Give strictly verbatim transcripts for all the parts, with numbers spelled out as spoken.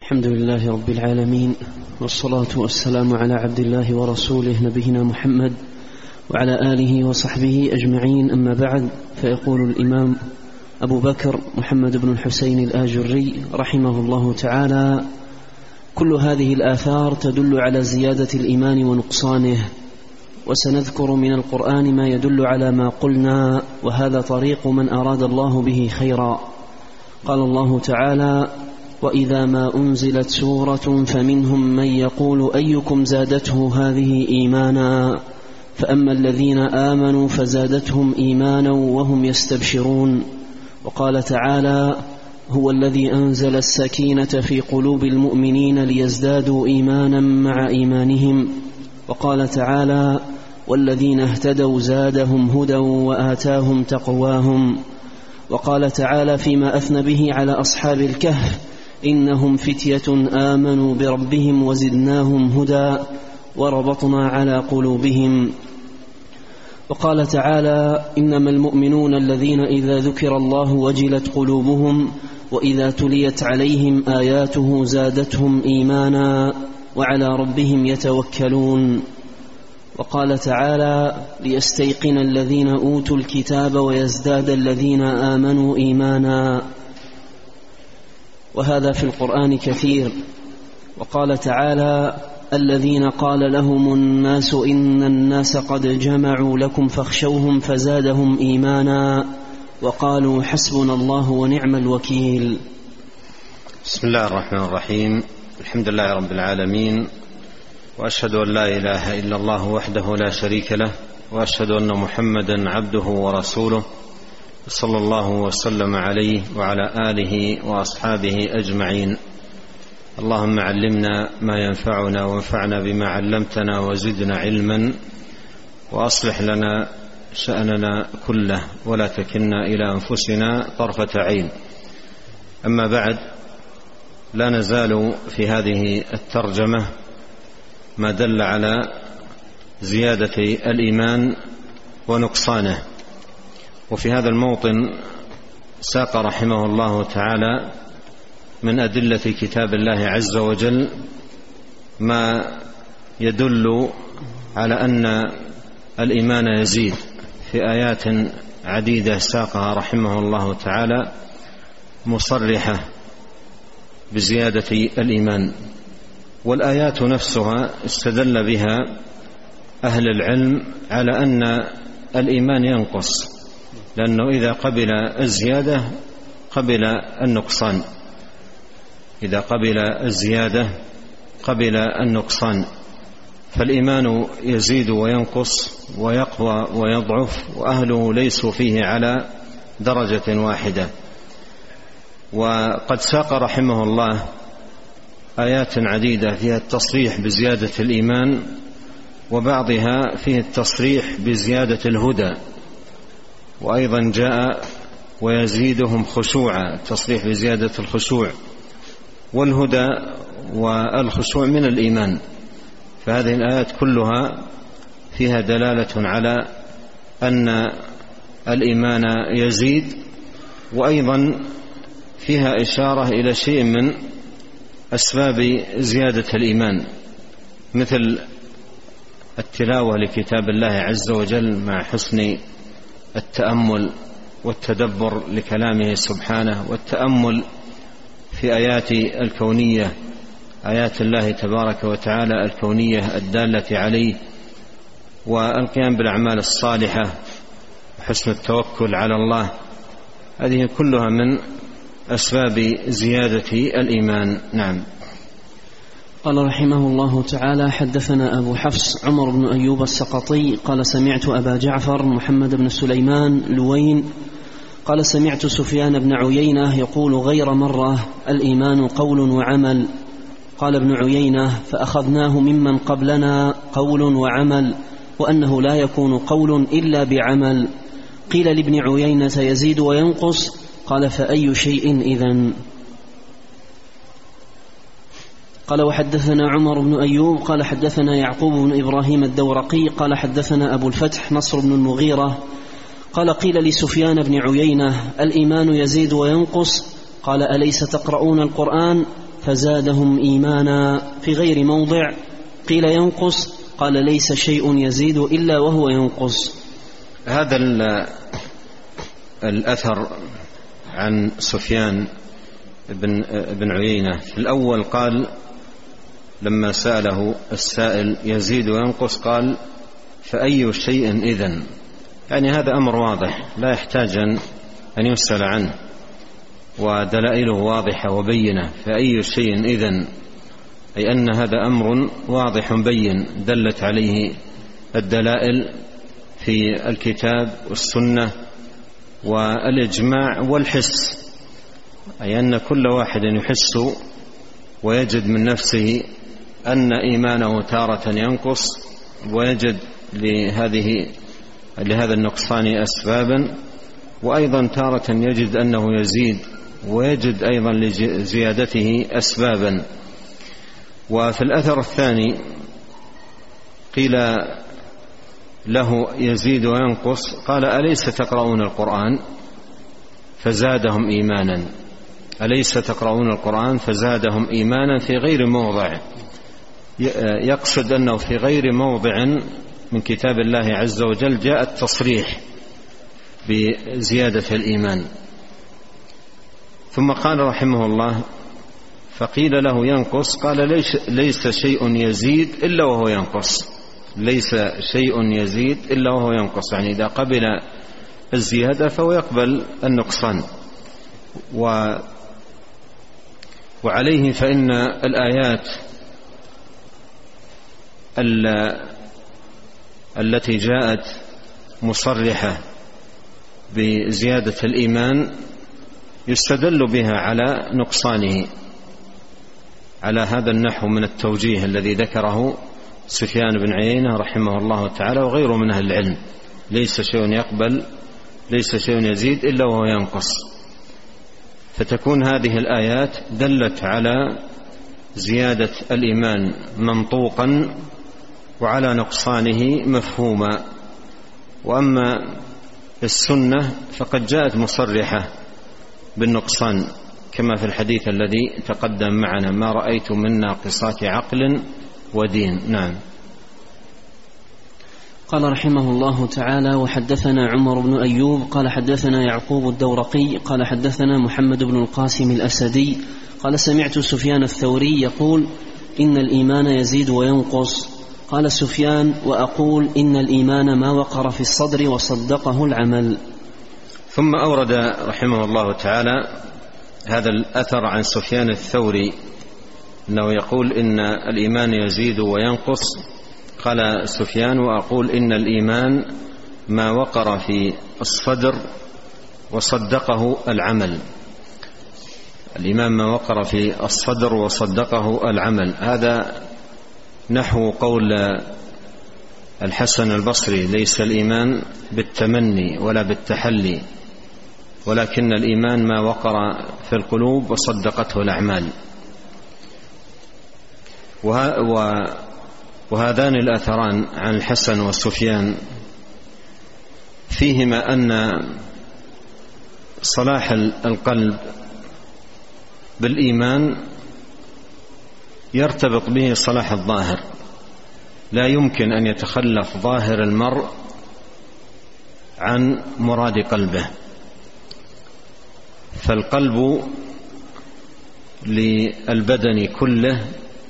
الحمد لله رب العالمين، والصلاة والسلام على عبد الله ورسوله نبينا محمد وعلى آله وصحبه أجمعين، أما بعد. فيقول الإمام أبو بكر محمد بن الحسين الآجري رحمه الله تعالى: كل هذه الآثار تدل على زيادة الإيمان ونقصانه، وسنذكر من القرآن ما يدل على ما قلنا، وهذا طريق من أراد الله به خيرا. قال الله تعالى: وإذا ما أنزلت سورة فمنهم من يقول أيكم زادته هذه إيمانا، فأما الذين آمنوا فزادتهم إيمانا وهم يستبشرون. وقال تعالى: هو الذي أنزل السكينة في قلوب المؤمنين ليزدادوا إيمانا مع إيمانهم. وقال تعالى: والذين اهتدوا زادهم هدى وآتاهم تقواهم. وقال تعالى فيما أثنى به على أصحاب الكهف: إنهم فتية آمنوا بربهم وزدناهم هدى وربطنا على قلوبهم. وقال تعالى: إنما المؤمنون الذين إذا ذكر الله وجلت قلوبهم وإذا تليت عليهم آياته زادتهم إيمانا وعلى ربهم يتوكلون. وقال تعالى: ليستيقن الذين أوتوا الكتاب ويزداد الذين آمنوا إيمانا. وهذا في القرآن كثير. وقال تعالى: الذين قال لهم الناس إن الناس قد جمعوا لكم فاخشوهم فزادهم إيمانا وقالوا حسبنا الله ونعم الوكيل. بسم الله الرحمن الرحيم. الحمد لله رب العالمين، وأشهد أن لا إله إلا الله وحده لا شريك له، وأشهد أن محمدا عبده ورسوله، صلى الله وسلم عليه وعلى آله وأصحابه أجمعين. اللهم علمنا ما ينفعنا وانفعنا بما علمتنا وزدنا علما، وأصلح لنا شأننا كله ولا تكلنا إلى أنفسنا طرفة عين. أما بعد، لا نزال في هذه الترجمة ما دل على زيادة الإيمان ونقصانه. وفي هذا الموطن ساق رحمه الله تعالى من أدلة كتاب الله عز وجل ما يدل على أن الإيمان يزيد في آيات عديدة ساقها رحمه الله تعالى مصرحة بزيادة الإيمان. والآيات نفسها استدل بها أهل العلم على أن الإيمان ينقص، لأنه إذا قبل الزيادة قبل النقصان، إذا قبل الزيادة قبل النقصان، فالإيمان يزيد وينقص ويقوى ويضعف، وأهله ليسوا فيه على درجة واحدة. وقد ساق رحمه الله آيات عديدة فيها التصريح بزيادة الإيمان، وبعضها فيه التصريح بزيادة الهدى، وأيضا جاء ويزيدهم خشوعا، التصريح بزيادة الخشوع، والهدى والخشوع من الإيمان. فهذه الآيات كلها فيها دلالة على أن الإيمان يزيد، وأيضا فيها إشارة إلى شيء من أسباب زيادة الإيمان، مثل التلاوة لكتاب الله عز وجل مع حسن التأمل والتدبر لكلامه سبحانه، والتأمل في آيات الكونية، آيات الله تبارك وتعالى الكونية الدالة عليه، والقيام بالأعمال الصالحة وحسن التوكل على الله. هذه كلها من أسباب زيادة الإيمان. نعم. قال رحمه الله تعالى: حدثنا أبو حفص عمر بن أيوب السقطي قال: سمعت أبا جعفر محمد بن سليمان لوين قال: سمعت سفيان بن عيينة يقول غير مرة: الإيمان قول وعمل. قال ابن عيينة: فأخذناه ممن قبلنا قول وعمل، وأنه لا يكون قول إلا بعمل. قيل لابن عيينة: يزيد وينقص؟ قال: فأي شيء إذن؟ قال: وحدثنا عمر بن أيوب قال: حدثنا يعقوب بن إبراهيم الدورقي قال: حدثنا أبو الفتح نصر بن المغيرة قال: قيل لسفيان بن عيينة: الإيمان يزيد وينقص؟ قال: أليس تقرؤون القرآن؟ فزادهم إيمانا في غير موضع. قيل ينقص، قال ليس شيء يزيد إلا وهو ينقص. هذا الأثر عن سفيان بن, بن عيينة في الأول قال لما سأله السائل يزيد وينقص قال فأي شيء إذن، يعني هذا أمر واضح لا يحتاج أن يسأل عنه ودلائله واضحة وبينة. فأي شيء إذن أي أن هذا أمر واضح بين دلت عليه الدلائل في الكتاب والسنة والإجماع والحس، أي أن كل واحد يحس ويجد من نفسه أن إيمانه تارة ينقص ويجد لهذه لهذا النقصان أسبابا، وأيضا تارة يجد أنه يزيد ويجد أيضا لزيادته أسبابا. وفي الأثر الثاني قيل له يزيد وينقص قال أليس تقرؤون القرآن فزادهم إيمانا، أليس تقرؤون القرآن فزادهم إيمانا في غير موضع، يقصد أنه في غير موضع من كتاب الله عز وجل جاء التصريح بزيادة الإيمان. ثم قال رحمه الله فقيل له ينقص قال ليس, ليس شيء يزيد إلا وهو ينقص، ليس شيء يزيد إلا وهو ينقص، يعني إذا قبل الزيادة فهو يقبل النقصان. و وعليه فإن الآيات التي جاءت مصرحة بزيادة الإيمان يستدل بها على نقصانه على هذا النحو من التوجيه الذي ذكره سفيان بن عيينة رحمه الله تعالى وغيره من أهل العلم، ليس شيء يقبل ليس شيء يزيد إلا وهو ينقص. فتكون هذه الآيات دلت على زيادة الإيمان منطوقا وعلى نقصانه مفهوما. وأما السنة فقد جاءت مصرحة بالنقصان كما في الحديث الذي تقدم معنا ما رأيت من ناقصات عقل ودين. نعم. قال رحمه الله تعالى وحدثنا عمر بن أيوب قال حدثنا يعقوب الدورقي قال حدثنا محمد بن القاسم الأسدي قال سمعت سفيان الثوري يقول إن الإيمان يزيد وينقص. قال سفيان وأقول إن الإيمان ما وقر في الصدر وصدقه العمل. ثم أورد رحمه الله تعالى هذا الأثر عن سفيان الثوري أنه يقول إن الإيمان يزيد وينقص. قال سفيان وأقول إن الإيمان ما وقر في الصدر وصدقه العمل. الإيمان ما وقر في الصدر وصدقه العمل، هذا نحو قول الحسن البصري ليس الإيمان بالتمني ولا بالتحلي ولكن الإيمان ما وقر في القلوب وصدقته الأعمال. وهذان الأثران عن الحسن والسفيان فيهما أن صلاح القلب بالإيمان يرتبط به صلاح الظاهر، لا يمكن أن يتخلف ظاهر المرء عن مراد قلبه. فالقلب للبدن كله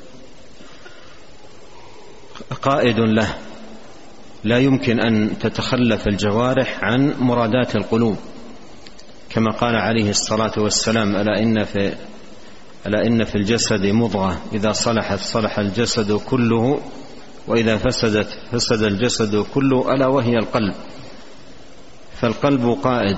قائد له، لا يمكن أن تتخلف الجوارح عن مرادات القلوب، كما قال عليه الصلاة والسلام ألا إن في ألا إن في الجسد مضغة إذا صلحت صلح الجسد كله وإذا فسدت فسد الجسد كله ألا وهي القلب. فالقلب قائد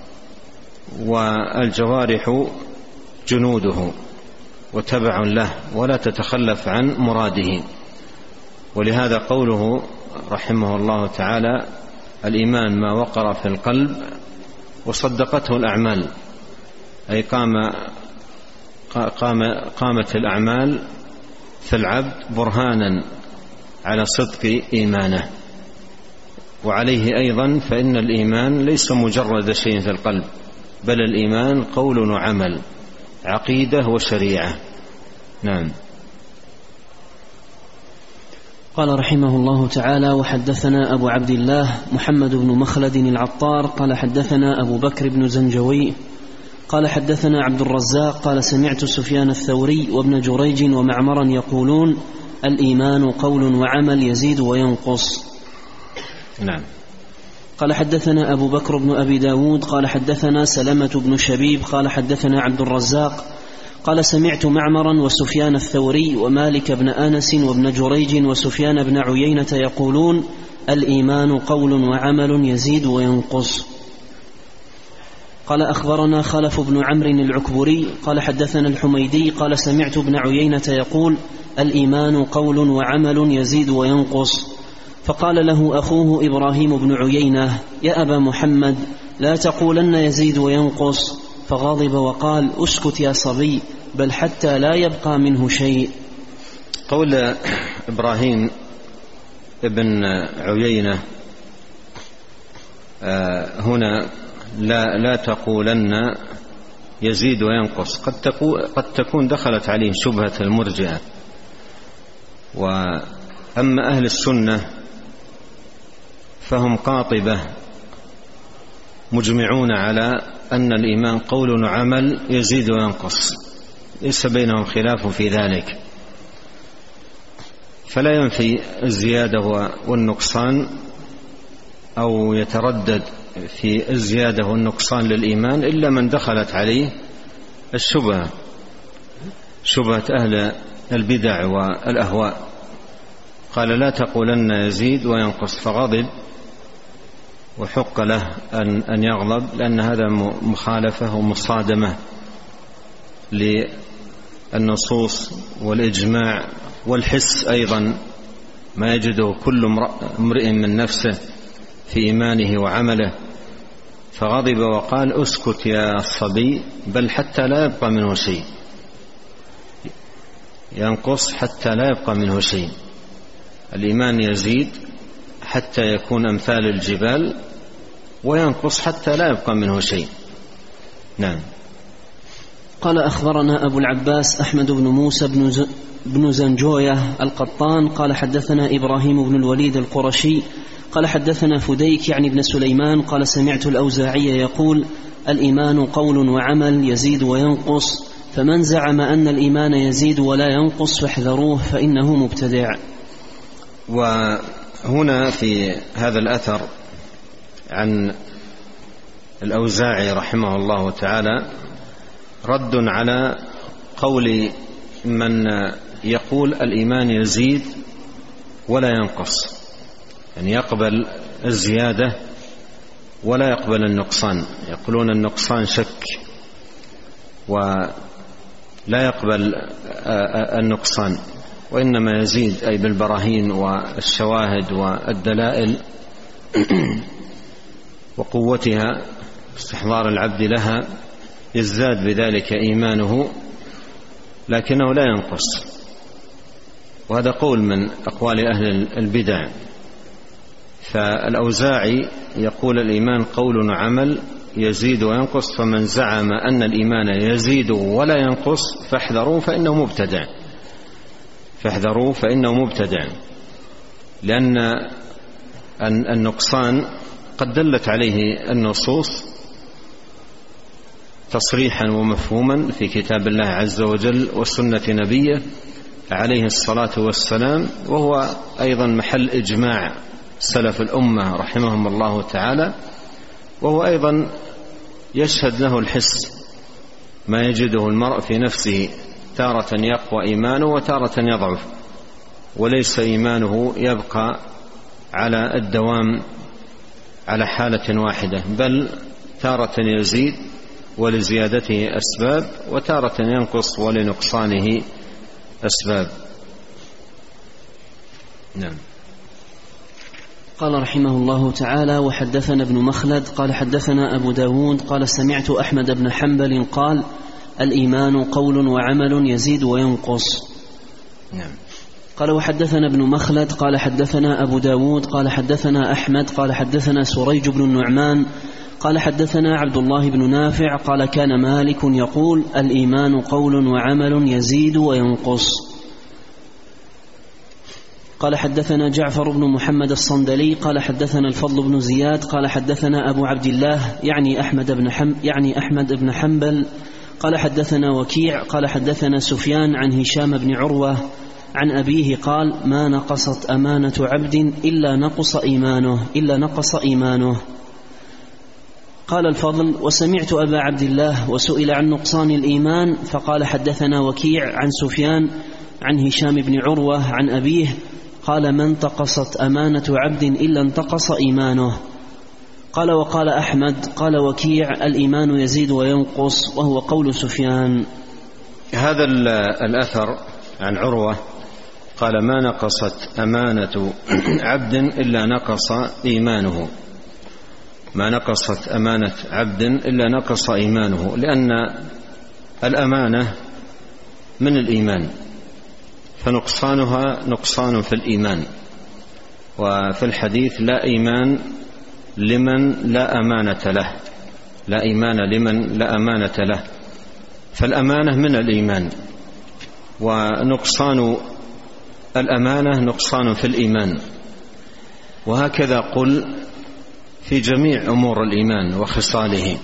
والجوارح جنوده وتبع له ولا تتخلف عن مراده. ولهذا قوله رحمه الله تعالى الإيمان ما وقر في القلب وصدقته الأعمال، أي قام قام قامت الأعمال في العبد برهانا على صدق إيمانه. وعليه أيضا فإن الإيمان ليس مجرد شيء في القلب، بل الإيمان قول وعمل، عقيدة وشريعة. نعم. قال رحمه الله تعالى: وحدثنا أبو عبد الله محمد بن مخلد العطار قال حدثنا أبو بكر بن زنجوي قال حدثنا عبد الرزاق قال سمعت سفيان الثوري وابن جريج ومعمرا يقولون: الإيمان قول وعمل يزيد وينقص. نعم. قال حدثنا أبو بكر بن أبي داود قال حدثنا سلمة بن شبيب قال حدثنا عبد الرزاق قال سمعت معمرا وسفيان الثوري ومالك بن أنس وابن جريج وسفيان بن عيينة يقولون: الإيمان قول وعمل يزيد وينقص. قال أخبرنا خلف بن عمرو العكبري قال حدثنا الحميدي قال سمعت ابن عيينة يقول: الإيمان قول وعمل يزيد وينقص. فقال له أخوه إبراهيم بن عيينة: يا أبا محمد لا تقولن يزيد وينقص. فغضب وقال: اسكت يا صبي، بل حتى لا يبقى منه شيء. قول إبراهيم ابن عيينة آه هنا لا, لا تقولن يزيد وينقص، قد, قد تكون دخلت عليه شبهة المرجئة. وأما أهل السنة فهم قاطبة مجمعون على أن الإيمان قول وعمل يزيد وينقص، ليس بينهم خلاف في ذلك، فلا ينفي الزيادة والنقصان أو يتردد في الزيادة والنقصان للإيمان إلا من دخلت عليه الشبهة، شبهة أهل البدع والأهواء. قال: لا تقولن يزيد وينقص، فغضب وحق له أن, أن يغضب، لأن هذا مخالفة ومصادمة للنصوص والإجماع والحس أيضا، ما يجده كل امرئ من نفسه في إيمانه وعمله. فغضب وقال: اسكت يا الصبي، بل حتى لا يبقى منه شيء، ينقص حتى لا يبقى منه شيء. الإيمان يزيد حتى يكون أمثال الجبال، وينقص حتى لا يبقى منه شيء. نعم. قال أخبرنا أبو العباس أحمد بن موسى بن, ز... بن زنجوية القطان قال حدثنا إبراهيم بن الوليد القرشي قال حدثنا فديك يعني ابن سليمان قال سمعت الأوزاعي يقول: الإيمان قول وعمل يزيد وينقص، فمن زعم أن الإيمان يزيد ولا ينقص فاحذروه فإنه مبتدع. وهنا في هذا الأثر عن الأوزاعي رحمه الله تعالى رد على قول من يقول الإيمان يزيد ولا ينقص، يعني يقبل الزيادة ولا يقبل النقصان، يقولون النقصان شك ولا يقبل النقصان، وإنما يزيد أي بالبراهين والشواهد والدلائل وقوتها استحضار العبد لها يزداد بذلك إيمانه، لكنه لا ينقص. وهذا قول من أقوال أهل البدع. فالأوزاعي يقول الإيمان قول وعمل يزيد وينقص، فمن زعم أن الإيمان يزيد ولا ينقص فاحذروا فإنه مبتدع، فاحذروا فإنه مبتدع، لأن النقصان قد دلت عليه النصوص تصريحا ومفهوما في كتاب الله عز وجل وسنة نبيه عليه الصلاة والسلام، وهو أيضا محل إجماع سلف الأمة رحمهم الله تعالى، وهو أيضا يشهد له الحس، ما يجده المرء في نفسه تارة يقوى إيمانه وتارة يضعف، وليس إيمانه يبقى على الدوام على حالة واحدة، بل تارة يزيد ولزيادته أسباب، وتارة ينقص ولنقصانه أسباب. نعم. قال رحمه الله تعالى: وحدثنا ابن مخلد قال حدثنا أبو داود قال سمعت أحمد بن حنبل قال: الإيمان قول وعمل يزيد وينقص. نعم. قال وحدثنا ابن مخلد قال حدثنا أبو داود قال حدثنا أحمد قال حدثنا سريج بن النعمان قال حدثنا عبد الله بن نافع قال كان مالك يقول الإيمان قول وعمل يزيد وينقص. قال حدثنا جعفر بن محمد الصندلي قال حدثنا الفضل بن زياد قال حدثنا أبو عبد الله يعني أحمد بن حم يعني أحمد بن حنبل قال حدثنا وكيع قال حدثنا سفيان عن هشام بن عروة عن أبيه قال ما نقصت أمانة عبد إلا نقص إيمانه إلا نقص إيمانه. قال الفضل وسمعت أبا عبد الله وسئل عن نقصان الإيمان فقال حدثنا وكيع عن سفيان عن هشام بن عروة عن أبيه قال ما انتقصت أمانة عبد إلا انتقص إيمانه. قال وقال أحمد قال وكيع الإيمان يزيد وينقص وهو قول سفيان. هذا الأثر عن عروة قال ما نقصت أمانة عبد إلا نقص إيمانه، ما نقصت أمانة عبد إلا نقص إيمانه، لأن الأمانة من الإيمان فنقصانها نقصان في الإيمان. وفي الحديث لا إيمان لمن لا أمانة له، لا إيمان لمن لا أمانة له، فالأمانة من الإيمان، ونقصان الأمانة نقصان في الإيمان. وهكذا قل في جميع أمور الإيمان وخصاله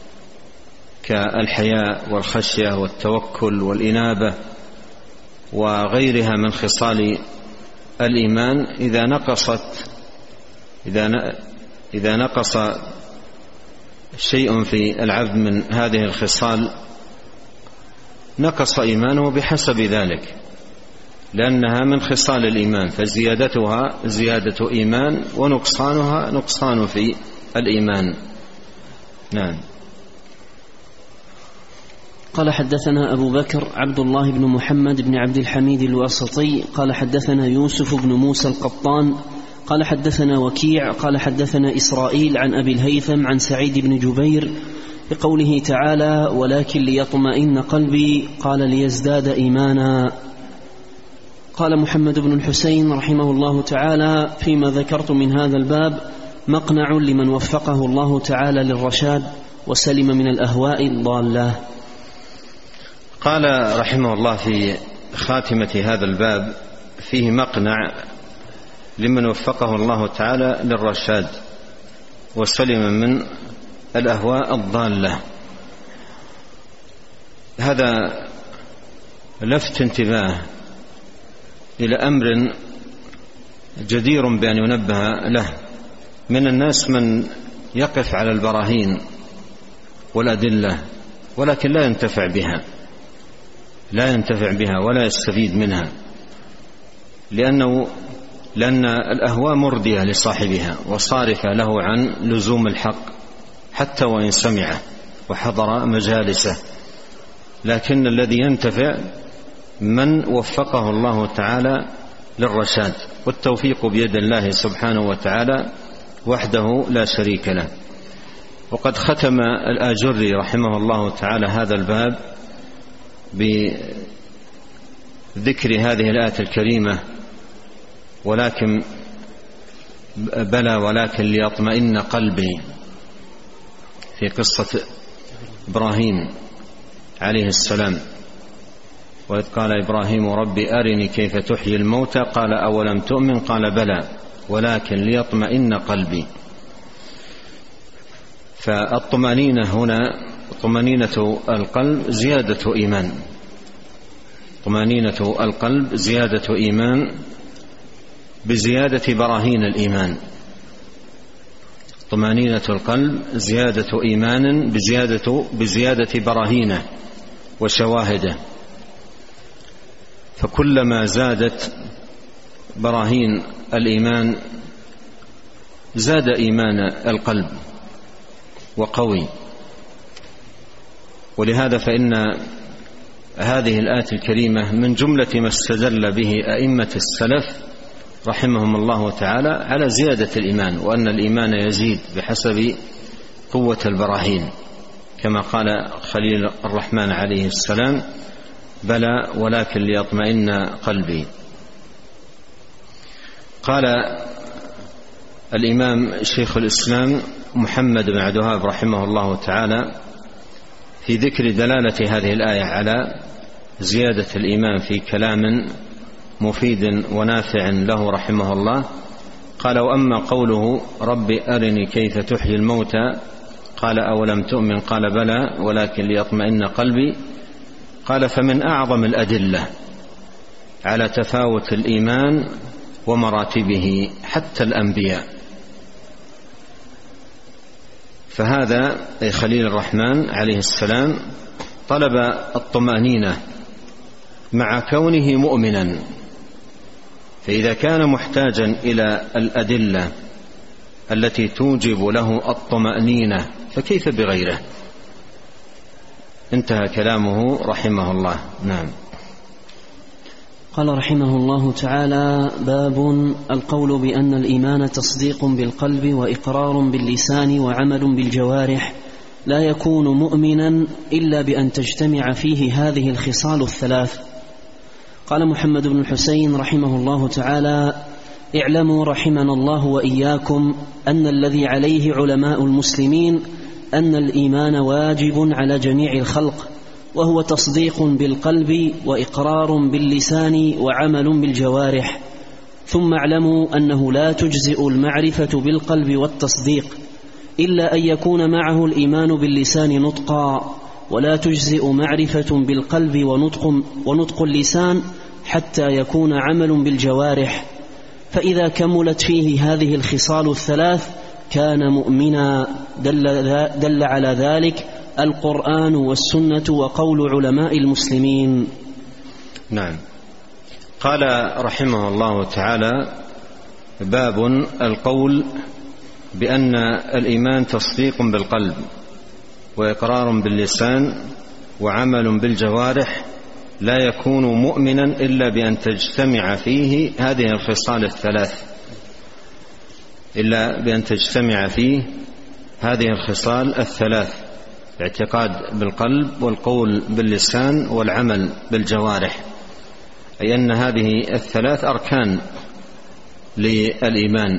كالحياء والخشية والتوكل والإنابة وغيرها من خصال الإيمان. إذا نقصت إذا إذا نقص شيء في العبد من هذه الخصال نقص إيمانه بحسب ذلك، لأنها من خصال الإيمان، فزيادتها زيادة إيمان ونقصانها نقصان في الإيمان. نعم. قال حدثنا أبو بكر عبد الله بن محمد بن عبد الحميد الواسطي قال حدثنا يوسف بن موسى القطان قال حدثنا وكيع قال حدثنا إسرائيل عن أبي الهيثم عن سعيد بن جبير بقوله تعالى ولكن ليطمئن قلبي قال ليزداد إيمانا. قال محمد بن الحسين رحمه الله تعالى فيما ذكرت من هذا الباب مقنع لمن وفقه الله تعالى للرشاد وسلم من الأهواء الضالة. قال رحمه الله في خاتمة هذا الباب فيه مقنع لمن وفقه الله تعالى للرشاد وسلم من الأهواء الضالة. هذا لفت انتباه إلى أمر جدير بأن ينبه له. من الناس من يقف على البراهين والأدلة ولكن لا ينتفع بها لا ينتفع بها ولا يستفيد منها، لأنه لأن الأهواء مردية لصاحبها وصارفة له عن لزوم الحق حتى وإن سمعه وحضر مجالسه. لكن الذي ينتفع من وفقه الله تعالى للرشاد، والتوفيق بيد الله سبحانه وتعالى وحده لا شريك له. وقد ختم الآجري رحمه الله تعالى هذا الباب بذكر هذه الآية الكريمة ولكن بلى ولكن ليطمئن قلبي، في قصة إبراهيم عليه السلام. وإذ قال إبراهيم ربي أرني كيف تحيي الموتى قال أولم تؤمن قال بلى ولكن ليطمئن قلبي. فالطمأنينة هنا طمأنينة القلب زيادة إيمان، طمأنينة القلب زيادة إيمان بزيادة براهين الإيمان. طمأنينة القلب زيادة إيمان بزيادة بزيادة براهينه وشواهده. فكلما زادت براهين الإيمان زاد إيمان القلب وقوي. ولهذا فإن هذه الآية الكريمة من جملة ما استدل به أئمة السلف رحمهم الله تعالى على زيادة الإيمان، وأن الإيمان يزيد بحسب قوة البراهين، كما قال خليل الرحمن عليه السلام بلى ولكن ليطمئن قلبي. قال الإمام شيخ الإسلام محمد بن عبد الوهاب رحمه الله تعالى في ذكر دلالة هذه الآية على زيادة الإيمان في كلام مفيد ونافع له رحمه الله، قال: وأما قوله رب أرني كيف تحيي الموتى قال أولم تؤمن قال بلى ولكن ليطمئن قلبي، قال: فمن أعظم الأدلة على تفاوت الإيمان ومراتبه حتى الأنبياء. فهذا أي خليل الرحمن عليه السلام طلب الطمأنينة مع كونه مؤمنا، فإذا كان محتاجا إلى الأدلة التي توجب له الطمأنينة فكيف بغيره؟ انتهى كلامه رحمه الله. نعم. قال رحمه الله تعالى: باب القول بأن الإيمان تصديق بالقلب وإقرار باللسان وعمل بالجوارح، لا يكون مؤمنا إلا بأن تجتمع فيه هذه الخصال الثلاث. قال محمد بن الحسين رحمه الله تعالى: اعلموا رحمنا الله وإياكم أن الذي عليه علماء المسلمين أن الإيمان واجب على جميع الخلق، وهو تصديق بالقلب وإقرار باللسان وعمل بالجوارح. ثم اعلموا أنه لا تجزئ المعرفة بالقلب والتصديق إلا أن يكون معه الإيمان باللسان نطقا، ولا تجزئ معرفة بالقلب ونطق, ونطق اللسان حتى يكون عمل بالجوارح. فإذا كملت فيه هذه الخصال الثلاث كان مؤمنا. دل, دل على ذلك القرآن والسنة وقول علماء المسلمين. نعم. قال رحمه الله تعالى: باب القول بأن الإيمان تصديق بالقلب وإقرار باللسان وعمل بالجوارح، لا يكون مؤمنا إلا بأن تجتمع فيه هذه الخصال الثلاث إلا بأن تجتمع فيه هذه الخصال الثلاث: الاعتقاد بالقلب والقول باللسان والعمل بالجوارح، أي أن هذه الثلاث أركان للإيمان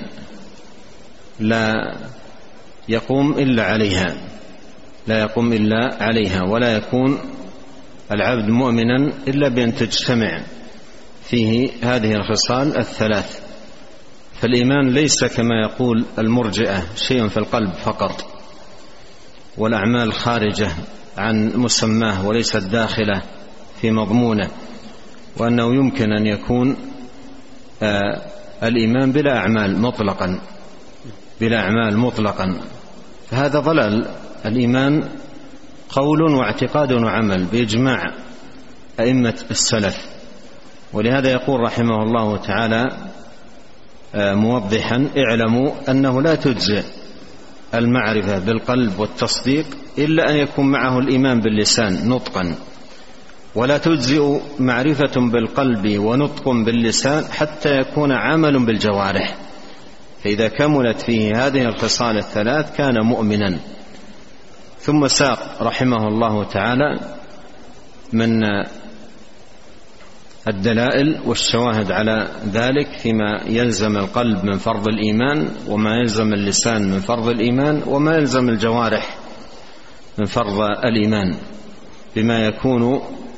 لا يقوم إلا عليها لا يقوم إلا عليها ولا يكون العبد مؤمنا إلا بأن تجتمع فيه هذه الخصال الثلاث. فالإيمان ليس كما يقول المرجئة شيء في القلب فقط، والأعمال خارجة عن مسماه وليست داخلة في مضمونه، وأنه يمكن أن يكون آه الإيمان بلا أعمال مطلقا بلا أعمال مطلقا فهذا ضلال. الإيمان قول واعتقاد وعمل بإجماع أئمة السلف. ولهذا يقول رحمه الله تعالى موضحا: اعلموا أنه لا تجزئ المعرفة بالقلب والتصديق إلا أن يكون معه الإيمان باللسان نطقا، ولا تجزئ معرفة بالقلب ونطق باللسان حتى يكون عمل بالجوارح. فإذا كملت فيه هذه الخصال الثلاث كان مؤمنا. ثم ساق رحمه الله تعالى من الدلائل والشواهد على ذلك فيما يلزم القلب من فرض الإيمان، وما يلزم اللسان من فرض الإيمان، وما يلزم الجوارح من فرض الإيمان، بما يكون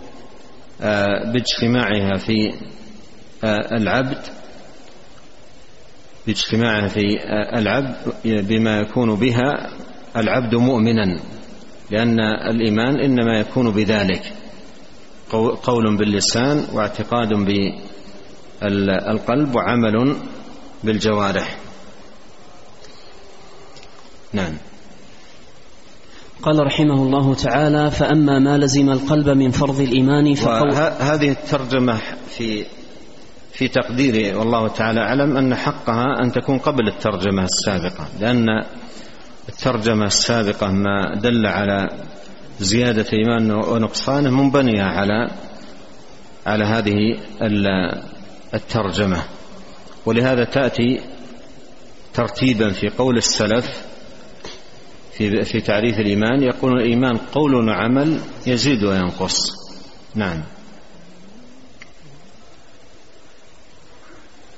باجتماعها في العبد باجتماعها في العبد بما يكون بها العبد مؤمنا، لأن الإيمان إنما يكون بذلك: قول باللسان واعتقاد بالقلب وعمل بالجوارح. نعم. قال رحمه الله تعالى: فأما ما لزم القلب من فرض الإيمان فقول. هذه الترجمة في في تقديري والله تعالى أعلم أن حقها أن تكون قبل الترجمة السابقة، لأن الترجمة السابقة ما دل على زيادة إيمان ونقصانه منبنية على على هذه الترجمة. ولهذا تأتي ترتيبا في قول السلف في في تعريف الإيمان، يقول الإيمان قول وعمل يزيد وينقص. نعم.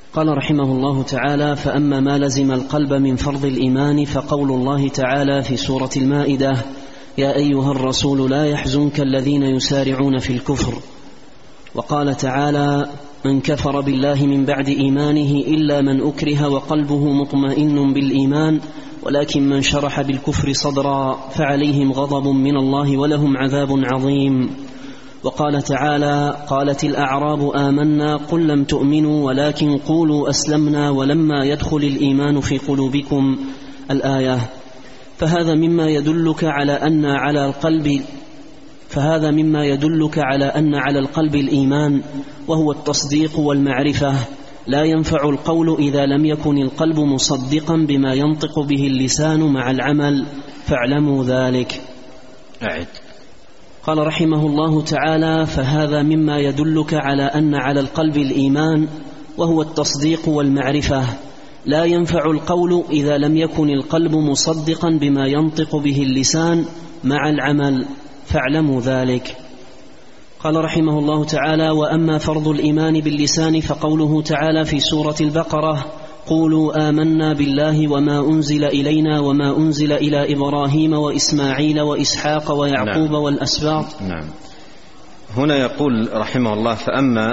قال رحمه الله تعالى: فأما ما لزم القلب من فرض الإيمان فقول الله تعالى في سورة المائدة: يا أيها الرسول لا يحزنك الذين يسارعون في الكفر. وقال تعالى: من كفر بالله من بعد إيمانه إلا من أكره وقلبه مطمئن بالإيمان ولكن من شرح بالكفر صدرا فعليهم غضب من الله ولهم عذاب عظيم. وقال تعالى: قالت الأعراب آمنا قل لم تؤمنوا ولكن قولوا أسلمنا ولما يدخل الإيمان في قلوبكم، الآية. فهذا مما يدلك على أن على القلب فهذا مما يدلك على أن على القلب الإيمان، وهو التصديق والمعرفة. لا ينفع القول إذا لم يكن القلب مصدقا بما ينطق به اللسان مع العمل، فاعلموا ذلك. أعد. قال رحمه الله تعالى: فهذا مما يدلك على أن على القلب الإيمان، وهو التصديق والمعرفة. لا ينفع القول إذا لم يكن القلب مصدقا بما ينطق به اللسان مع العمل، فاعلموا ذلك. قال رحمه الله تعالى: وأما فرض الإيمان باللسان فقوله تعالى في سورة البقرة: قولوا آمنا بالله وما أنزل إلينا وما أنزل إلى إبراهيم وإسماعيل وإسحاق ويعقوب نعم. والأسباط. نعم. هنا يقول رحمه الله: فأما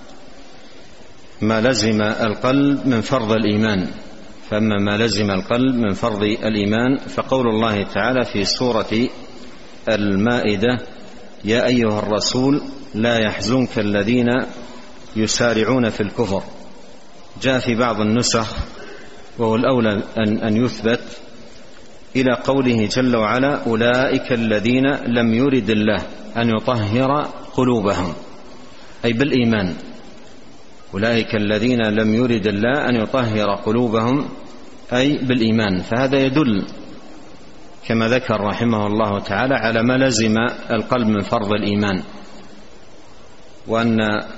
ما لزم القلب من فرض الإيمان فأما ما لزم القلب من فرض الإيمان فقول الله تعالى في سورة المائدة: يا أيها الرسول لا يحزنك الذين يسارعون في الكفر. جاء في بعض النسخ، وهو الأولى أن, أن يثبت، إلى قوله جل وعلا: أولئك الذين لم يرد الله أن يطهر قلوبهم، أي بالإيمان. أولئك الذين لم يرد الله أن يطهر قلوبهم أي بالإيمان. فهذا يدل كما ذكر رحمه الله تعالى على ما لزم القلب من فرض الإيمان، وأن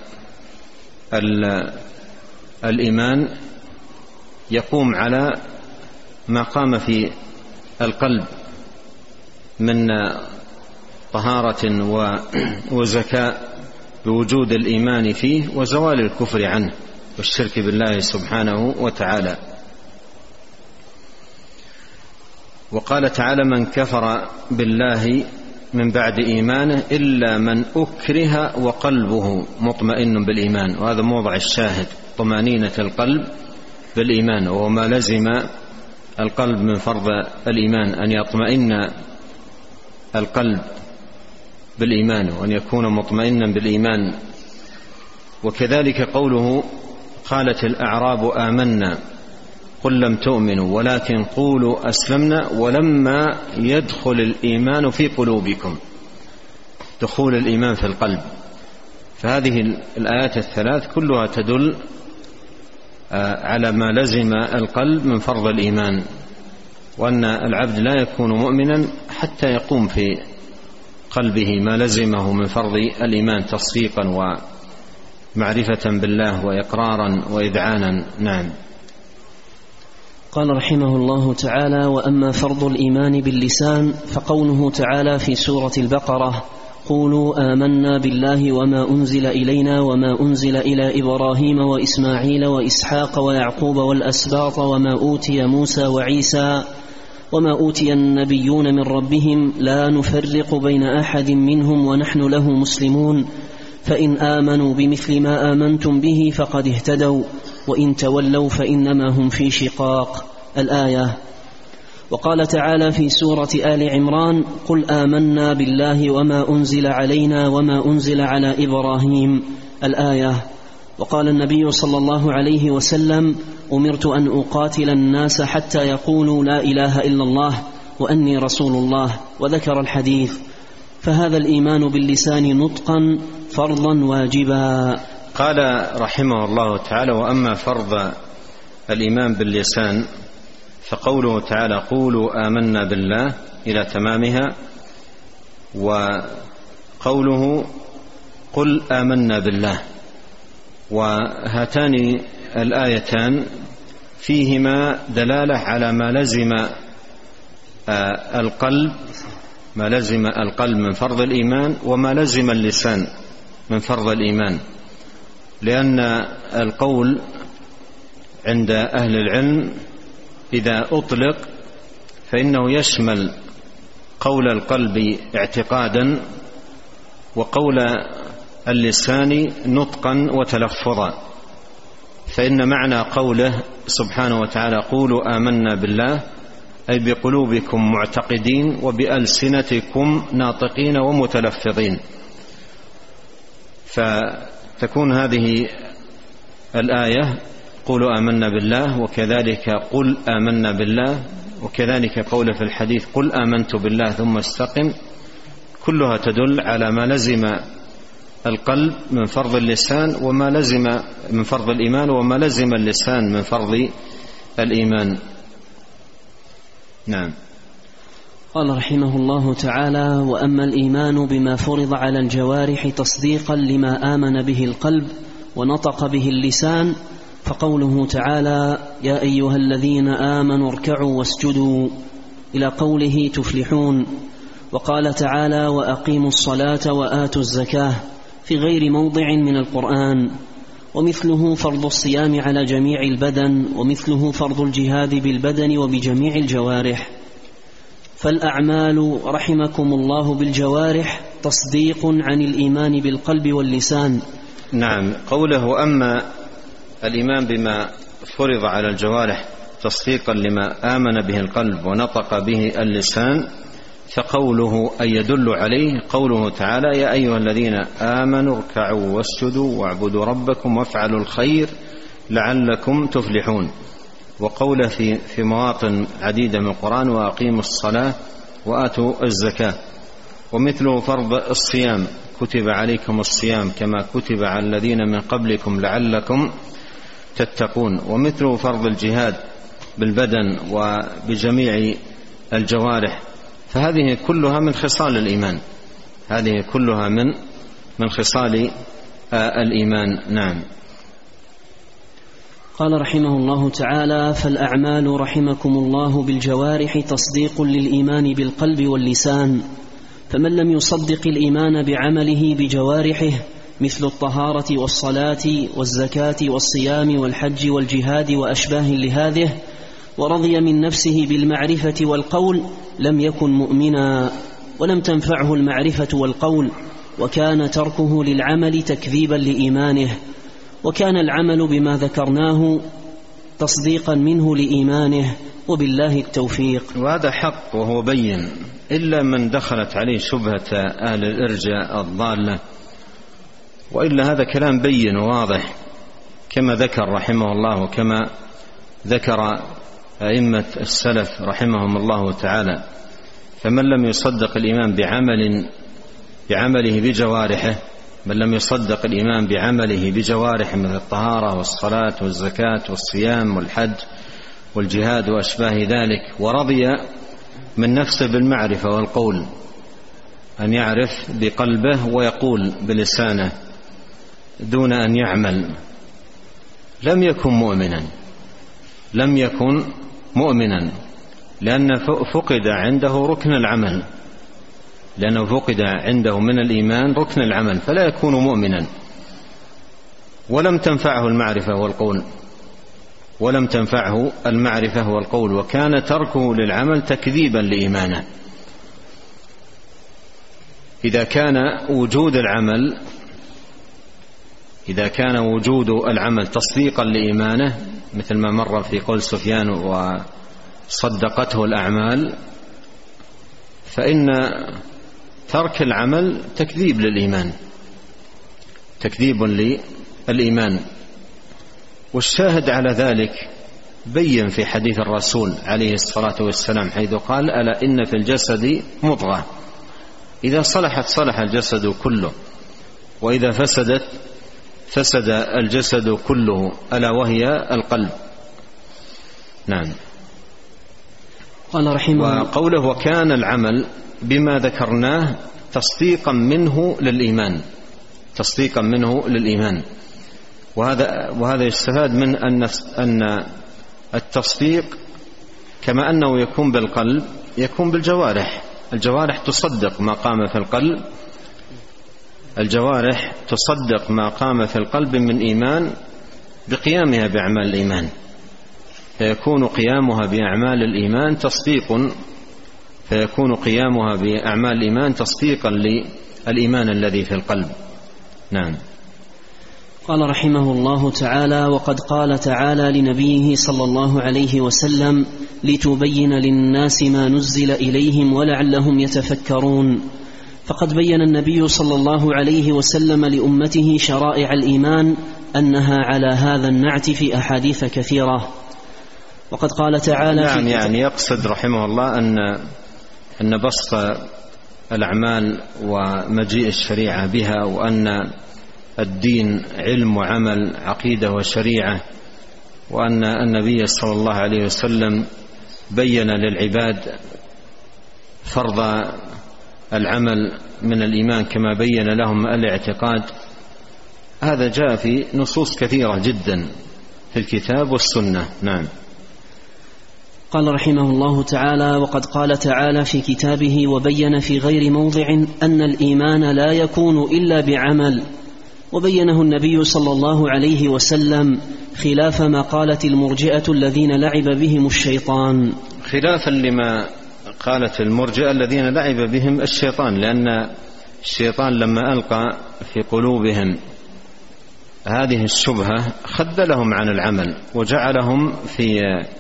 الإيمان يقوم على ما قام في القلب من طهارة وزكاء بوجود الإيمان فيه وزوال الكفر عنه والشرك بالله سبحانه وتعالى. وقال تعالى: من كفر بالله من بعد إيمانه إلا من أكره وقلبه مطمئن بالإيمان. وهذا موضع الشاهد، طمأنينة القلب بالإيمان، وهو ما لزم القلب من فرض الإيمان، أن يطمئن القلب بالإيمان وأن يكون مطمئنا بالإيمان. وكذلك قوله: قالت الأعراب آمنا قل لم تؤمنوا ولكن قولوا أسلمنا ولما يدخل الإيمان في قلوبكم، دخول الإيمان في القلب. فهذه الآيات الثلاث كلها تدل على ما لزم القلب من فرض الإيمان، وأن العبد لا يكون مؤمنا حتى يقوم في قلبه ما لزمه من فرض الإيمان تصديقا ومعرفة بالله وإقرارا وإذعانا. نعم. قال رحمه الله تعالى: وأما فرض الإيمان باللسان فقوله تعالى في سورة البقرة: قولوا آمنا بالله وما أنزل إلينا وما أنزل إلى إبراهيم وإسماعيل وإسحاق ويعقوب والأسباط وما أوتي موسى وعيسى وما أوتي النبيون من ربهم لا نفرق بين أحد منهم ونحن له مسلمون، فإن آمنوا بمثل ما آمنتم به فقد اهتدوا وإن تولوا فإنما هم في شقاق، الآية. وقال تعالى في سورة آل عمران: قل آمنا بالله وما أنزل علينا وما أنزل على إبراهيم، الآية. وقال النبي صلى الله عليه وسلم: أمرت أن أقاتل الناس حتى يقولوا لا إله إلا الله وأني رسول الله، وذكر الحديث. فهذا الإيمان باللسان نطقا فرضا واجبا. قال رحمه الله تعالى: وأما فرض الإيمان باللسان فقوله تعالى: قولوا آمنا بالله إلى تمامها، وقوله قل آمنا بالله. وهاتان الآيتان فيهما دلالة على ما لزم القلب ما لزم القلب من فرض الإيمان وما لزم اللسان من فرض الإيمان، لأن القول عند أهل العلم إذا أطلق فإنه يشمل قول القلب اعتقادا وقول اللسان نطقا وتلفظا. فإن معنى قوله سبحانه وتعالى قولوا آمنا بالله أي بقلوبكم معتقدين وبألسنتكم ناطقين ومتلفظين. فتكون هذه الآية قولوا آمنا بالله، وكذلك قل آمنا بالله، وكذلك قوله في الحديث قل آمنت بالله ثم استقم، كلها تدل على ما لزم القلب من فرض اللسان وما لزم من فرض الإيمان وما لزم اللسان من فرض الإيمان. نعم. قال رحمه الله تعالى: وأما الإيمان بما فرض على الجوارح تصديقا لما آمن به القلب ونطق به اللسان، فقوله تعالى: يا أيها الذين آمنوا اركعوا واسجدوا إلى قوله تفلحون. وقال تعالى: وأقيموا الصلاة وآتوا الزكاة في غير موضع من القرآن. ومثله فرض الصيام على جميع البدن، ومثله فرض الجهاد بالبدن وبجميع الجوارح. فالأعمال رحمكم الله بالجوارح تصديق عن الإيمان بالقلب واللسان. نعم. قوله أما الإيمان بما فرض على الجوارح تصديقا لما آمن به القلب ونطق به اللسان، فقوله أي يدل عليه قوله تعالى: يا أيها الذين آمنوا اركعوا واسجدوا واعبدوا ربكم وافعلوا الخير لعلكم تفلحون. وقوله في في مواطن عديدة من القرآن: وأقيموا الصلاة وآتوا الزكاة. ومثله فرض الصيام: كتب عليكم الصيام كما كتب على الذين من قبلكم لعلكم تتقون. ومثله فرض الجهاد بالبدن وبجميع الجوارح. فهذه كلها من خصال الإيمان، هذه كلها من من خصال الإيمان. نعم. قال رحمه الله تعالى: فالأعمال رحمكم الله بالجوارح تصديق للإيمان بالقلب واللسان. فمن لم يصدق الإيمان بعمله بجوارحه مثل الطهارة والصلاة والزكاة والصيام والحج والجهاد وأشباه لهذه، ورضي من نفسه بالمعرفة والقول، لم يكن مؤمنا ولم تنفعه المعرفة والقول، وكان تركه للعمل تكذيبا لإيمانه، وكان العمل بما ذكرناه تصديقا منه لإيمانه، وبالله التوفيق. وهذا حق وهو بين، إلا من دخلت عليه شبهة أهل الإرجاء الضالة، وإلا هذا كلام بين وواضح كما ذكر رحمه الله وكما ذكر أئمة السلف رحمهم الله تعالى. فمن لم يصدق الإيمان بعمل بعمله بجوارحه، من لم يصدق الإيمان بعمله بجوارحه مثل الطهارة والصلاة والزكاة والصيام والحج والجهاد وأشباه ذلك، ورضي من نفسه بالمعرفة والقول، أن يعرف بقلبه ويقول بلسانه دون أن يعمل، لم يكن مؤمنا، لم يكن مؤمنا لأن فقد عنده ركن العمل، لأنه فقد عنده من الإيمان ركن العمل، فلا يكون مؤمنا. ولم تنفعه المعرفة والقول، ولم تنفعه المعرفة والقول، وكان تركه للعمل تكذيبا لإيمانه. إذا كان وجود العمل إذا كان وجود العمل تصديقا لإيمانه مثل ما مر في قول سفيان وصدقته الأعمال، فإن ترك العمل تكذيب للإيمان، تكذيب للإيمان. والشاهد على ذلك بين في حديث الرسول عليه الصلاة والسلام حيث قال: ألا إن في الجسد مضغة إذا صلحت صلح الجسد كله، وإذا فسدت فسد الجسد كله، ألا وهي القلب. نعم. قال رحمه وقوله وكان العمل بما ذكرناه تصديقا منه للإيمان، تصديقا منه للإيمان. وهذا وهذا يستفاد من أن أن التصديق كما أنه يكون بالقلب يكون بالجوارح. الجوارح تصدق ما قام في القلب، الجوارح تصدق ما قام في القلب من إيمان بقيامها بأعمال الإيمان. فيكون قيامها بأعمال الإيمان تصديق فيكون قيامها بأعمال الإيمان تصديقا للإيمان الذي في القلب. نعم. قال رحمه الله تعالى: وقد قال تعالى لنبيه صلى الله عليه وسلم: لتبين للناس ما نزل إليهم ولعلهم يتفكرون. فقد بين النبي صلى الله عليه وسلم لأمته شرائع الإيمان أنها على هذا النعت في أحاديث كثيرة. وقد قال تعالى نعم يعني يقصد رحمه الله أن أن بسط الأعمال ومجيء الشريعة بها، وأن الدين علم وعمل، عقيدة وشريعة، وأن النبي صلى الله عليه وسلم بين للعباد فرض العمل من الإيمان كما بين لهم الاعتقاد. هذا جاء في نصوص كثيرة جدا في الكتاب والسنة. نعم. قال رحمه الله تعالى: وقد قال تعالى في كتابه وبين في غير موضع أن الإيمان لا يكون إلا بعمل، وبينه النبي صلى الله عليه وسلم خلاف ما قالت المرجئة الذين لعب بهم الشيطان، خلافا لما قالت المرجئة الذين لعب بهم الشيطان، لأن الشيطان لما ألقى في قلوبهم هذه الشبهة خذلهم عن العمل وجعلهم في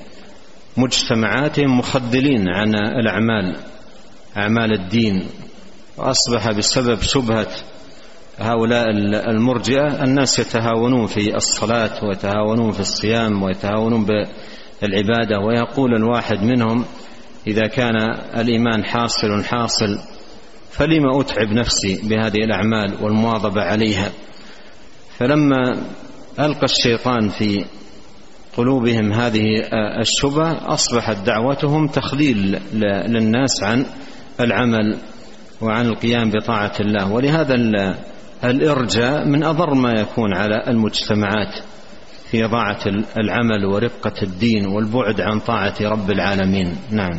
مجتمعاتهم مخذلين عن الأعمال، أعمال الدين، وأصبح بسبب شبهة هؤلاء المرجئة الناس يتهاونون في الصلاة ويتهاونون في الصيام ويتهاونون بالعبادة، ويقول الواحد منهم إذا كان الإيمان حاصل حاصل فلما أتعب نفسي بهذه الأعمال والمواظبة عليها. فلما ألقى الشيطان في قلوبهم هذه الشبهة أصبحت دعوتهم تخذيل للناس عن العمل وعن القيام بطاعة الله. ولهذا الإرجاء من أضر ما يكون على المجتمعات في ضاعة العمل ورقة الدين والبعد عن طاعة رب العالمين. نعم.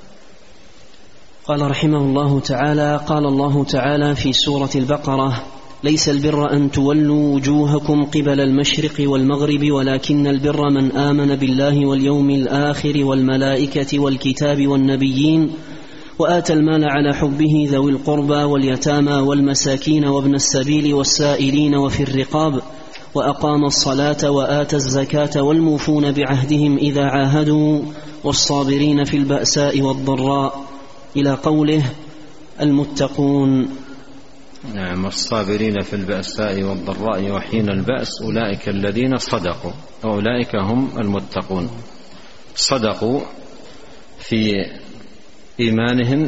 قال رحمه الله تعالى: قال الله تعالى في سورة البقرة: ليس البر أن تولوا وجوهكم قبل المشرق والمغرب ولكن البر من آمن بالله واليوم الآخر والملائكة والكتاب والنبيين وآتى المال على حبه ذوي القربى واليتامى والمساكين وابن السبيل والسائلين وفي الرقاب وأقام الصلاة وآتى الزكاة والموفون بعهدهم إذا عاهدوا والصابرين في البأساء والضراء إلى قوله المتقون. نعم. الصابرين في البأساء والضراء وحين البأس أولئك الذين صدقوا وأولئك هم المتقون. صدقوا في إيمانهم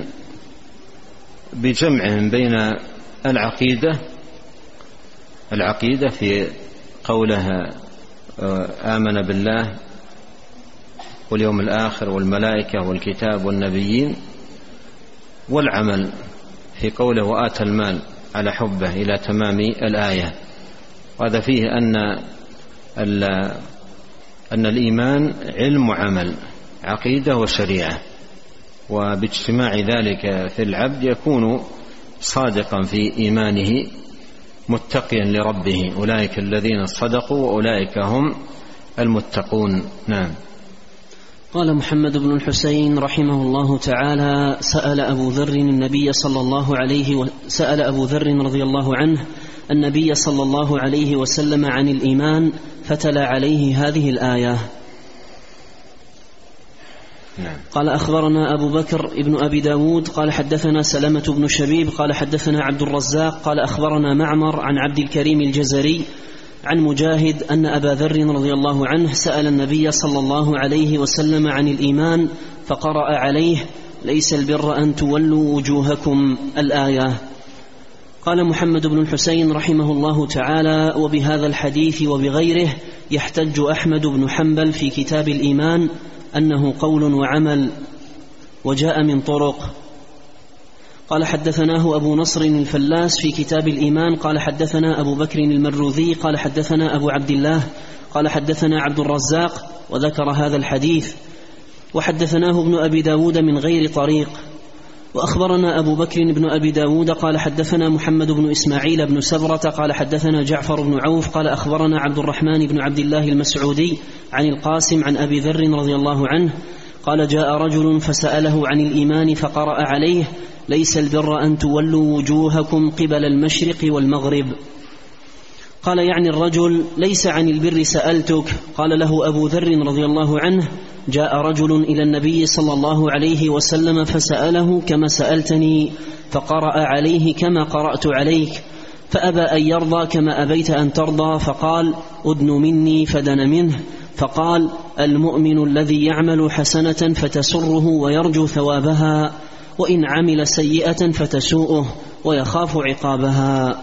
بجمعهم بين العقيدة العقيدة في قولها آمن بالله واليوم الآخر والملائكة والكتاب والنبيين، والعمل في قوله وآتى المال على حبه إلى تمام الآية. وهذا فيه أن أن الإيمان علم وعمل، عقيدة وشريعة، وباجتماع ذلك في العبد يكون صادقا في إيمانه متقيا لربه. أولئك الذين صدقوا وأولئك هم المتقون. نعم. قال محمد بن الحسين رحمه الله تعالى: سأل أبو ذر النبي صلى الله عليه و... سأل أبو ذر رضي الله عنه النبي صلى الله عليه وسلم عن الإيمان فتلا عليه هذه الآية. نعم. قال أخبرنا أبو بكر ابن أبي داود قال حدثنا سلمة بن شبيب قال حدثنا عبد الرزاق قال أخبرنا معمر عن عبد الكريم الجزري عن مجاهد أن أبا ذر رضي الله عنه سأل النبي صلى الله عليه وسلم عن الإيمان فقرأ عليه ليس البر أن تولوا وجوهكم الآية. قال محمد بن الحسين رحمه الله تعالى: وبهذا الحديث وبغيره يحتج أحمد بن حنبل في كتاب الإيمان أنه قول وعمل، وجاء من طرق. قال حدثناه أبو نصر الفلاس في كتاب الإيمان قال حدثنا أبو بكر المروذي قال حدثنا أبو عبد الله قال حدثنا عبد الرزاق وذكر هذا الحديث. وحدثناه ابن أبي داود من غير طريق. وأخبرنا أبو بكر بن أبي داود قال حدثنا محمد بن إسماعيل بن سبرة قال حدثنا جعفر بن عوف قال أخبرنا عبد الرحمن بن عبد الله المسعودي عن القاسم عن أبي ذر رضي الله عنه قال جاء رجل فسأله عن الإيمان فقرأ عليه ليس البر أن تولوا وجوهكم قبل المشرق والمغرب. قال يعني الرجل ليس عن البر سألتك. قال له أبو ذر رضي الله عنه جاء رجل إلى النبي صلى الله عليه وسلم فسأله كما سألتني فقرأ عليه كما قرأت عليك فأبى أن يرضى كما أبيت أن ترضى فقال أدن مني فدن منه فقال المؤمن الذي يعمل حسنة فتسره ويرجو ثوابها وإن عمل سيئة فتسوءه ويخاف عقابها.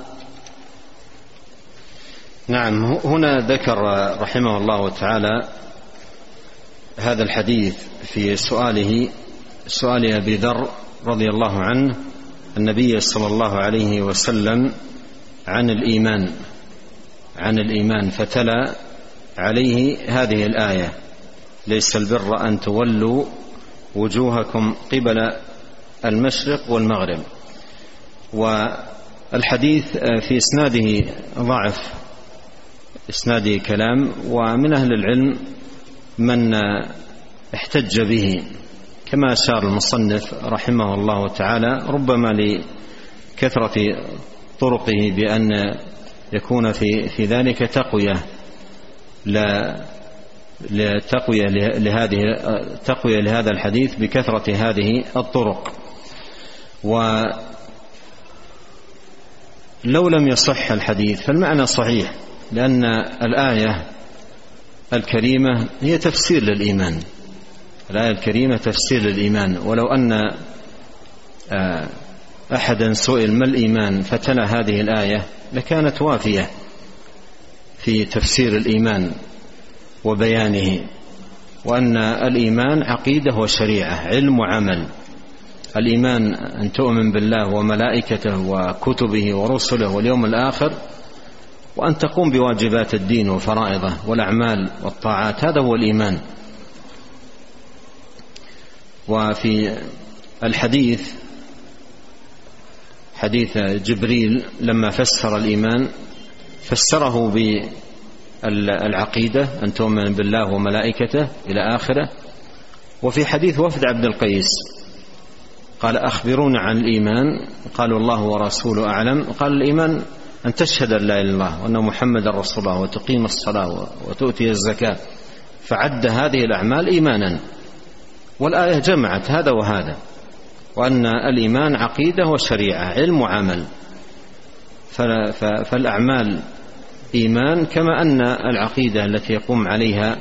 نعم، هنا ذكر رحمه الله تعالى هذا الحديث في سؤاله سؤال أبي ذر رضي الله عنه النبي صلى الله عليه وسلم عن الإيمان عن الإيمان فتلا عليه هذه الآية ليس البر أن تولوا وجوهكم قبل المشرق والمغرب. والحديث في إسناده ضعف، إسناده كلام، ومن أهل العلم من احتج به كما أشار المصنف رحمه الله تعالى ربما لكثرة طرقه بأن يكون في في ذلك تقوية لا لتقوية لهذه تقوية لهذا الحديث بكثرة هذه الطرق. ولو لم يصح الحديث فالمعنى صحيح، لأن الآية الكريمة هي تفسير للإيمان، الآية الكريمة تفسير للإيمان. ولو أن أحدا سئل ما الإيمان فتلا هذه الآية لكانت وافية في تفسير الإيمان وبيانه، وأن الإيمان عقيدة وشريعة، علم وعمل. الإيمان أن تؤمن بالله وملائكته وكتبه ورسله واليوم الآخر، وأن تقوم بواجبات الدين وفرائضه والأعمال والطاعات، هذا هو الإيمان. وفي الحديث حديث جبريل لما فسر الإيمان فسره بالعقيدة أن تؤمن بالله وملائكته إلى آخره. وفي حديث وفد عبد القيس قال أخبرونا عن الإيمان، قالوا الله ورسوله أعلم، قال الإيمان أن تشهد أن لا إله إلا الله وأن محمد رسول الله وتقيم الصلاة وتؤتي الزكاة، فعد هذه الأعمال إيمانا. والآية جمعت هذا وهذا، وأن الإيمان عقيدة وشريعة، علم وعمل. فالأعمال إيمان، كما أن العقيدة التي يقوم عليها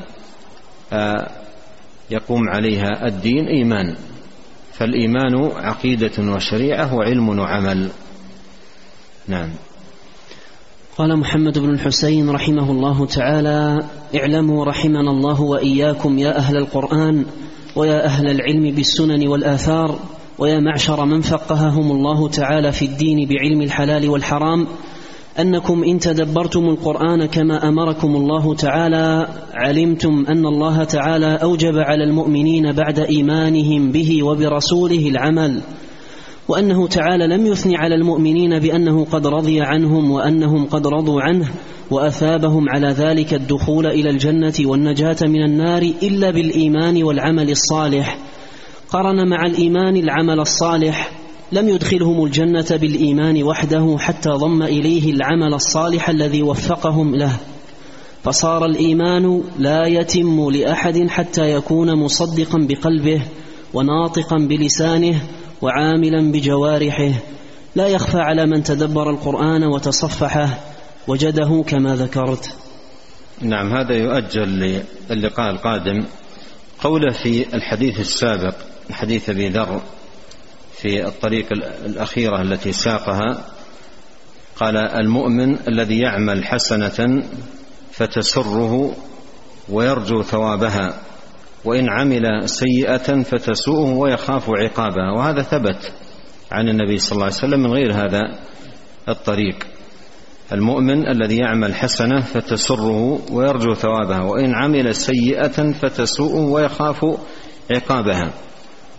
يقوم عليها الدين إيمان. فالإيمان عقيدة وشريعة وعلم وعمل. نعم. قال محمد بن الحسين رحمه الله تعالى: اعلموا رحمنا الله وإياكم يا أهل القرآن ويا أهل العلم بالسنن والآثار ويا معشر من فقههم الله تعالى في الدين بعلم الحلال والحرام، أنكم إن تدبرتم القرآن كما أمركم الله تعالى علمتم أن الله تعالى أوجب على المؤمنين بعد إيمانهم به وبرسوله العمل، وأنه تعالى لم يثني على المؤمنين بأنه قد رضي عنهم وأنهم قد رضوا عنه، وأثابهم على ذلك الدخول إلى الجنة والنجاة من النار إلا بالإيمان والعمل الصالح. قرن مع الإيمان العمل الصالح، لم يدخلهم الجنة بالإيمان وحده حتى ضم إليه العمل الصالح الذي وفقهم له، فصار الإيمان لا يتم لأحد حتى يكون مصدقا بقلبه وناطقا بلسانه وعاملا بجوارحه، لا يخفى على من تدبر القرآن وتصفحه وجده كما ذكرت. نعم، هذا يؤجل للقاء القادم. قوله في الحديث السابق حديث أبي ذر في الطريق الأخيرة التي ساقها، قال المؤمن الذي يعمل حسنة فتسره ويرجو ثوابها وإن عمل سيئة فتسوءه ويخاف عقابها. وهذا ثبت عن النبي صلى الله عليه وسلم من غير هذا الطريق. المؤمن الذي يعمل حسنة فتسره ويرجو ثوابها وإن عمل سيئة فتسوءه ويخاف عقابها.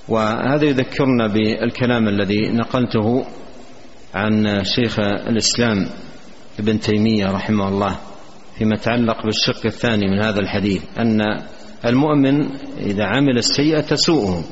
وهذا يذكرنا بالكلام الذي نقلته عن شيخ الإسلام ابن تيمية رحمه الله فيما يتعلق بالشق الثاني من هذا الحديث، أن المؤمن إذا عمل السيئة تسوءه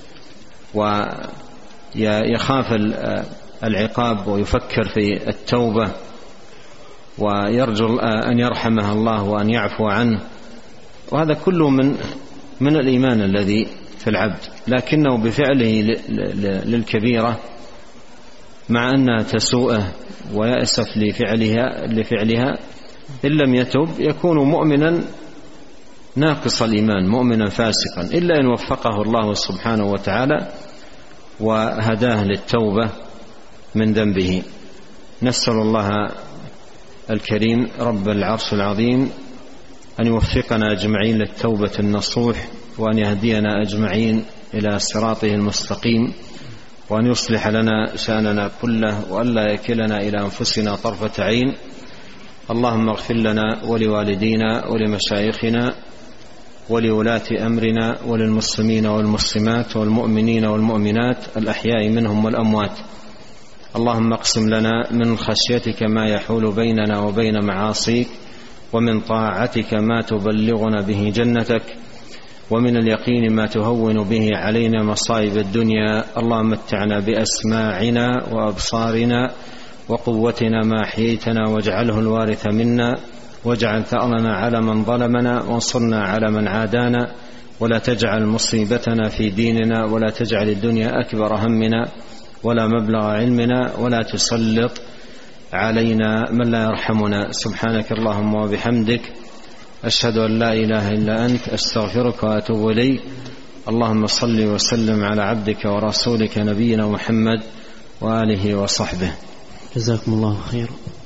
ويخاف العقاب ويفكر في التوبة ويرجو أن يرحمه الله وأن يعفو عنه، وهذا كله من من الإيمان الذي في العبد، لكنه بفعله للكبيرة مع أنها تسوءه ويأسف لفعلها لفعلها إن لم يتب يكون مؤمنا ناقص الإيمان، مؤمنا فاسقا، إلا إن وفقه الله سبحانه وتعالى وهداه للتوبة من ذنبه. نسأل الله الكريم رب العرش العظيم أن يوفقنا أجمعين للتوبة النصوح، وأن يهدينا أجمعين إلى صراطه المستقيم، وأن يصلح لنا شأننا كله، وأن لا يكلنا إلى أنفسنا طرفة عين. اللهم اغفر لنا ولوالدينا ولمشايخنا ولولاة أمرنا وللمسلمين والمسلمات والمؤمنين والمؤمنات الأحياء منهم والأموات. اللهم اقسم لنا من خشيتك ما يحول بيننا وبين معاصيك، ومن طاعتك ما تبلغنا به جنتك، ومن اليقين ما تهون به علينا مصائب الدنيا. اللهم متعنا بأسماعنا وأبصارنا وقوتنا ما أحييتنا، واجعله الوارث منا، واجعل ثأرنا على من ظلمنا، وانصرنا على من عادانا، ولا تجعل مصيبتنا في ديننا، ولا تجعل الدنيا أكبر همنا ولا مبلغ علمنا، ولا تسلط علينا من لا يرحمنا. سبحانك اللهم وبحمدك، أشهد أن لا إله إلا أنت، أستغفرك وأتوب إليك. اللهم صل وسلم على عبدك ورسولك نبينا محمد وآله وصحبه. جزاكم الله خيرا.